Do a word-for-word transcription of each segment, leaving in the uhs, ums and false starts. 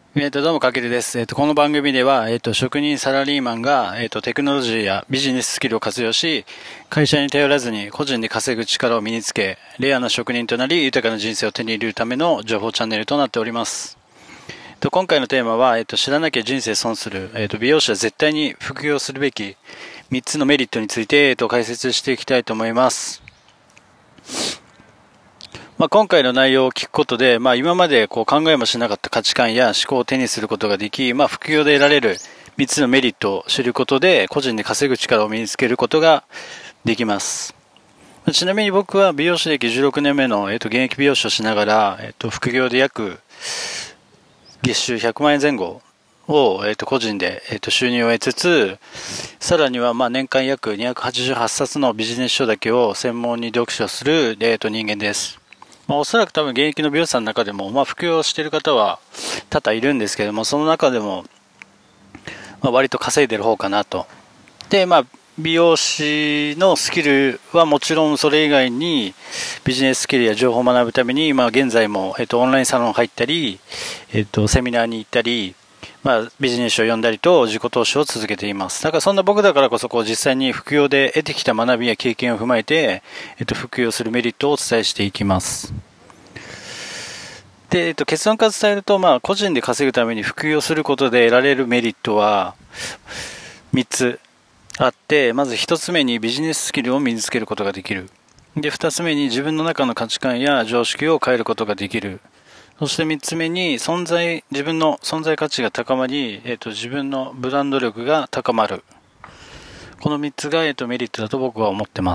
えっと、どうも、かけるです。えっと、この番組では、えっと、職人サラリーマンが、えっと、テクノロジーやビジネススキルを活用し、会社に頼らずに個人で稼ぐ力を身につけ、レアな職人となり、豊かな人生を手に入れるための情報チャンネルとなっております。えっと、今回のテーマは、えっと、知らなきゃ人生損する、えっと、美容師は絶対に副業するべきみっつのメリットについて、えっと、解説していきたいと思います。まあ、今回の内容を聞くことで、まあ、今までこう考えもしなかった価値観や思考を手にすることができ、まあ、副業で得られるみっつのメリットを知ることで、個人で稼ぐ力を身につけることができます。ちなみに僕は美容師歴じゅうろくねんめの、えっと、現役美容師をしながら、えっと、副業で約月収ひゃくまんえん前後を、えっと、個人で、えっと、収入を得つつ、さらにはまあ年間約にひゃくはちじゅうはちさつのビジネス書だけを専門に読書する、えっと、人間です。まあ、おそらく多分現役の美容師さんの中でも、まあ、副業している方は多々いるんですけども、その中でも、まあ、割と稼いでる方かなと。で、まあ、美容師のスキルはもちろんそれ以外にビジネススキルや情報を学ぶために、まあ、現在も、えっと、オンラインサロン入ったり、えっと、セミナーに行ったり、まあ、ビジネス書を読んだりと自己投資を続けています。だからそんな僕だからこそこう実際に副業で得てきた学びや経験を踏まえて、えっと、副業するメリットをお伝えしていきます。で、えっと、結論から伝えると、まあ、個人で稼ぐために副業することで得られるメリットはみっつあって、まずひとつめにビジネススキルを身につけることができる。で、ふたつめに自分の中の価値観や常識を変えることができる。そしてみっつめに存在、自分の存在価値が高まり、えっと、自分のブランド力が高まる。このみっつが、えっと、メリットだと僕は思ってます。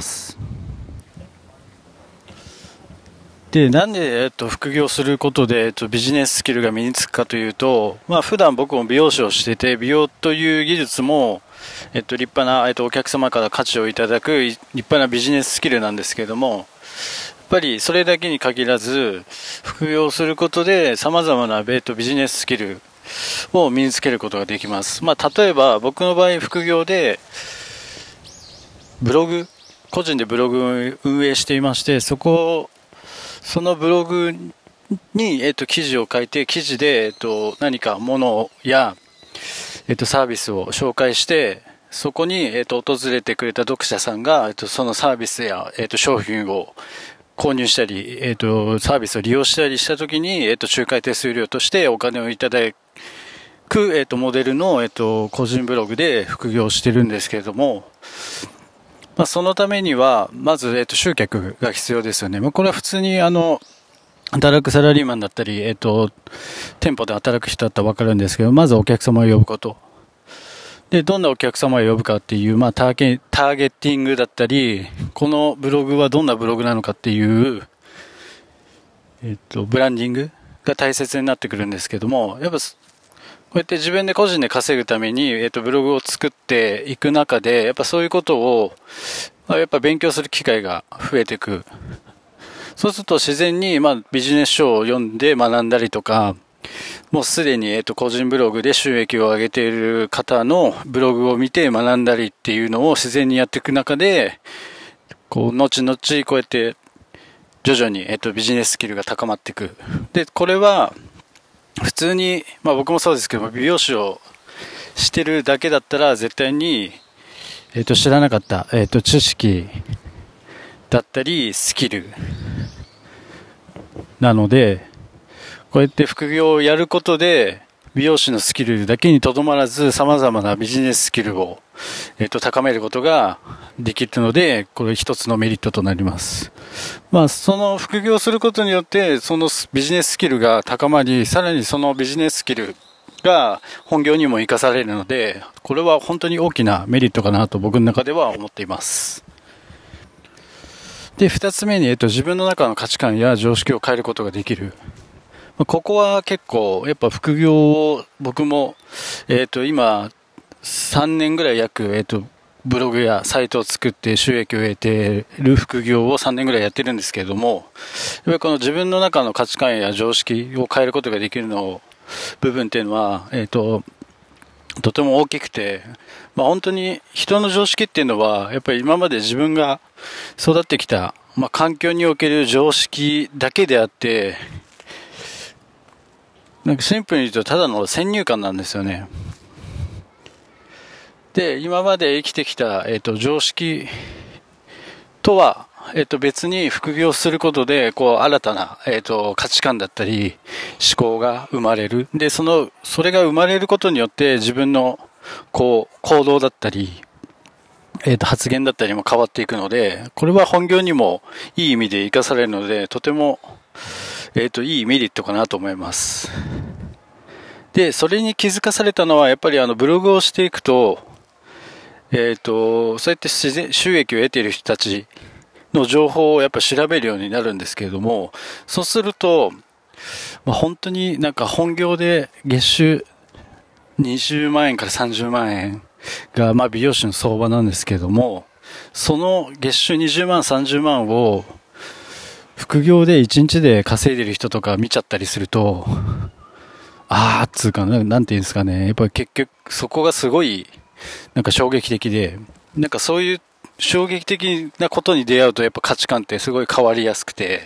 で、なんで、えっと、副業することで、えっと、ビジネススキルが身につくかというと、まあ、普段僕も美容師をしてて、美容という技術も、えっと、立派な、えっと、お客様から価値をいただく立派なビジネススキルなんですけれども、やっぱりそれだけに限らず、副業することで様々な、えっと、ビジネススキルを身につけることができます。まあ、例えば僕の場合副業で、ブログ、個人でブログを運営していまして、そこをそのブログに、えっと、記事を書いて、記事で、えっと、何かものや、えっと、サービスを紹介して、そこに、えっと、訪れてくれた読者さんが、えっと、そのサービスや、えっと、商品を購入したり、えっと、サービスを利用したりしたときに、えっと、仲介手数料としてお金をいただく、えっと、モデルの、えっと、個人ブログで副業してるんですけれども、まあ、そのためには、まず、えっと、集客が必要ですよね。まあ、これは普通に、あの、働くサラリーマンだったり、えっと、店舗で働く人だったらわかるんですけど、まずお客様を呼ぶこと。で、どんなお客様を呼ぶかっていう、まあ、ターゲ、ターゲティングだったり、このブログはどんなブログなのかっていう、えっと、ブランディングが大切になってくるんですけども、やっぱ、こうやって自分で個人で稼ぐために、えっと、ブログを作っていく中で、やっぱそういうことを、やっぱ勉強する機会が増えていく。そうすると自然に、まあ、ビジネス書を読んで学んだりとか、もうすでに、えっと、個人ブログで収益を上げている方のブログを見て学んだりっていうのを自然にやっていく中で、こう、後々こうやって徐々に、えっと、ビジネススキルが高まっていく。で、これは、普通に、まあ僕もそうですけど、美容師をしてるだけだったら絶対に、えっと、知らなかった、えっと、知識だったり、スキルなので、こうやって副業をやることで、美容師のスキルだけにとどまらず、様々なビジネススキルを、えっと、高めることができるので、これ一つのメリットとなります。まあ、その副業することによって、そのビジネススキルが高まり、さらにそのビジネススキルが本業にも活かされるので、これは本当に大きなメリットかなと僕の中では思っています。で、二つ目に、えっと、自分の中の価値観や常識を変えることができる。ここは結構、やっぱ副業を僕も、えっと、今、さんねんぐらい約、えっと、ブログやサイトを作って収益を得ている副業をさんねんぐらいやってるんですけれども、やっぱりこの自分の中の価値観や常識を変えることができるの部分っていうのは、えっと、とても大きくて、まあ本当に人の常識っていうのは、やっぱり今まで自分が育ってきた、まあ環境における常識だけであって、 なんかシンプルに言うとただの先入観なんですよね。で、今まで生きてきた、えっと、常識とは、えっと、別に副業することで、こう、新たな、えっと、価値観だったり、思考が生まれる。で、その、それが生まれることによって、自分の、こう、行動だったり、えっと、発言だったりも変わっていくので、これは本業にもいい意味で活かされるので、とても、えっと、いいメリットかなと思います。で、それに気づかされたのは、やっぱりあの、ブログをしていくと、えっと、そうやって自然、収益を得ている人たちの情報をやっぱ調べるようになるんですけれども、そうすると、まあ、本当になんか本業で月収にじゅうまんえんからさんじゅうまんえんがまあ美容師の相場なんですけれども、その月収にじゅうまん、さんじゅうまんを副業でいちにちで稼いでる人とか見ちゃったりすると、あーっつうかな、なんていうんですかね、やっぱり結局そこがすごいなんか衝撃的で、なんかそういう衝撃的なことに出会うとやっぱ価値観ってすごい変わりやすくて、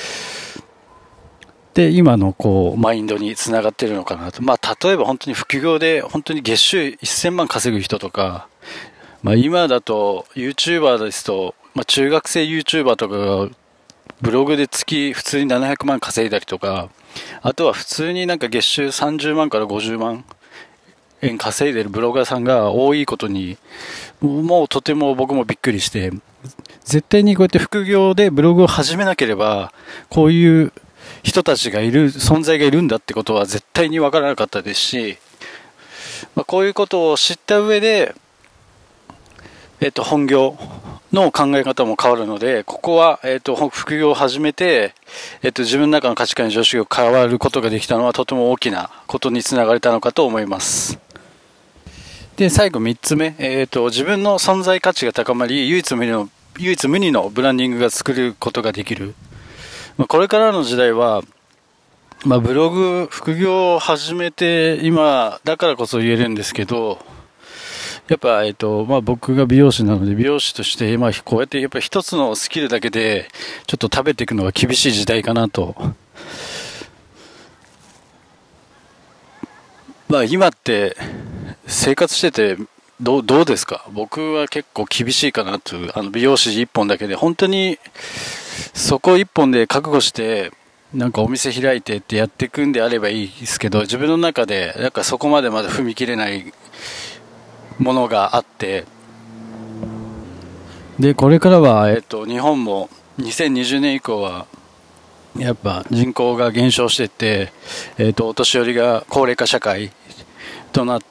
で今のこうマインドにつながってるのかなと。まあ例えば本当に副業で本当に月収せんまん稼ぐ人とか、まあ今だと YouTuber ですと、まあ中学生 YouTuber とかがブログで月普通にななひゃくまん稼いだりとか、あとは普通になんか月収さんじゅうまんからごじゅうまん円稼いでるブロガーさんが多いことに、もうとても僕もびっくりして、絶対にこうやって副業でブログを始めなければ、こういう人たちがいる、存在がいるんだってことは絶対にわからなかったですし、まあ、こういうことを知った上で、えっと、本業の考え方も変わるので、ここは、えっと、副業を始めて、えっと、自分の中の価値観や常識が変わることができたのはとても大きなことにつながれたのかと思います。で、最後みっつめ、えっと、自分の存在価値が高まり、唯一無二の、唯一無二のブランディングが作ることができる。まあ、これからの時代は、まあ、ブログ、副業を始めて、今、だからこそ言えるんですけど、やっぱ、えっと、まあ、僕が美容師なので、美容師として、今、こうやってやっぱ一つのスキルだけで、ちょっと食べていくのが厳しい時代かなと。まあ、今って、生活してて、どう、どうですか？僕は結構厳しいかなという、あの、美容師一本だけで、本当に、そこ一本で覚悟して、なんかお店開いてってやっていくんであればいいですけど、自分の中で、なんかそこまでまだ踏み切れないものがあって、で、これからは、えっと、日本もにせんにじゅうねん以降は、やっぱ人口が減少していって、えっと、お年寄りが高齢化社会となって、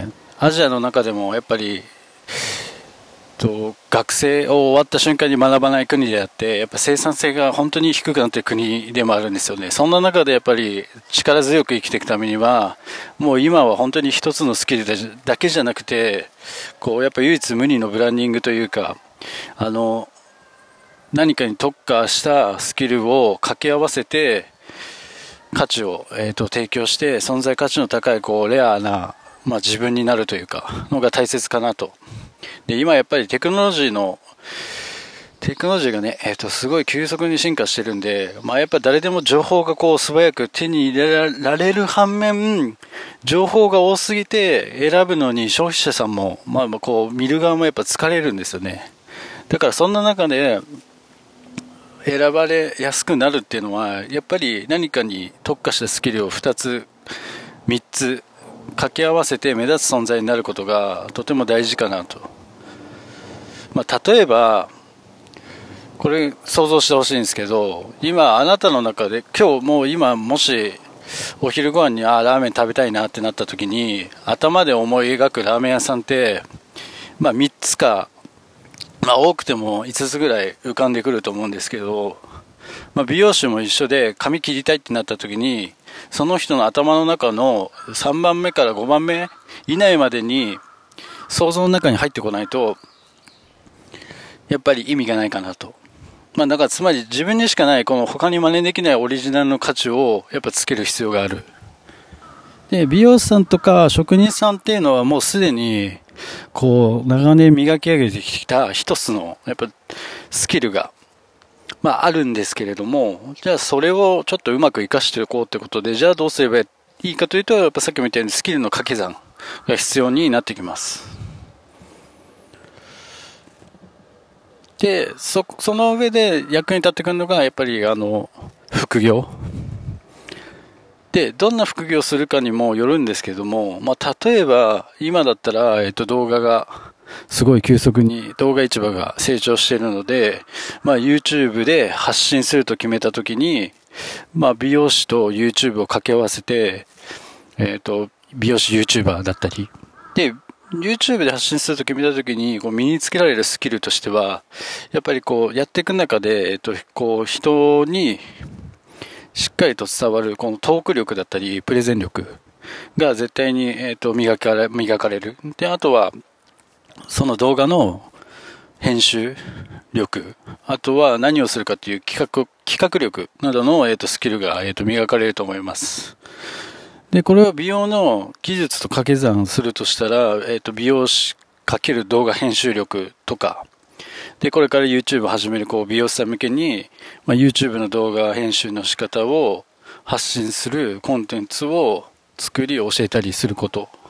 アジアの中でもやっぱり、と学生を終わった瞬間に学ばない国であって、やっぱ生産性が本当に低くなっている国でもあるんですよね。そんな中でやっぱり力強く生きていくためには、もう今は本当に一つのスキルだけじゃなくて、こうやっぱ唯一無二のブランディングというか、あの何かに特化したスキルを掛け合わせて価値を、えーと、提供して存在価値の高いこうレアな、まあ、自分になるというかのが大切かなと。で今やっぱりテクノロジーのテクノロジーがね、えーと、すごい急速に進化してるんで、まあ、やっぱ誰でも情報がこう素早く手に入れられる反面、情報が多すぎて選ぶのに消費者さんも、まあ、まあこう見る側もやっぱ疲れるんですよね。だからそんな中で選ばれやすくなるっていうのは、やっぱり何かに特化したスキルをふたつ、みっつ掛け合わせて目立つ存在になることがとても大事かなと。まあ、例えばこれ想像してほしいんですけど、今あなたの中で今日もう今もしお昼ご飯にあラーメン食べたいなってなった時に頭で思い描くラーメン屋さんって、まあ、みっつか、まあ、多くてもいつつぐらい浮かんでくると思うんですけど、まあ、美容師も一緒で髪切りたいってなった時にその人の頭の中のさんばんめからごばんめ以内までに想像の中に入ってこないとやっぱり意味がないかなと。まあ、だからつまり自分にしかないこの他に真似できないオリジナルの価値をやっぱつける必要がある。で美容師さんとか職人さんっていうのはもうすでにこう長年磨き上げてきた一つのやっぱスキルが、まあ、あるんですけれども、じゃあそれをちょっとうまく活かしていこうってことで、じゃあどうすればいいかというと、やっぱさっきも言ったようにスキルの掛け算が必要になってきます。で、そ、その上で役に立ってくるのが、やっぱりあの、副業。で、どんな副業をするかにもよるんですけども、まあ、例えば、今だったら、えっと、動画が、すごい急速に動画市場が成長しているので、まあ、YouTube で発信すると決めたときに、まあ、美容師と YouTube を掛け合わせて、えっと、美容師 YouTuber だったり。で、YouTube で発信すると決めたときに、こう、身につけられるスキルとしては、やっぱりこう、やっていく中で、えっと、こう、人に、しっかりと伝わるこのトーク力だったりプレゼン力が絶対に、えー、と磨かれ、磨かれる。で、あとはその動画の編集力、あとは何をするかという企画、企画力などの、えー、とスキルが、えー、と磨かれると思います。で、これを美容の技術と掛け算するとしたら、えー、と美容師×動画編集力とか、で、これから YouTube を始めるこう美容師さん向けに、まあ、YouTube の動画編集の仕方を発信するコンテンツを作り教えたりすること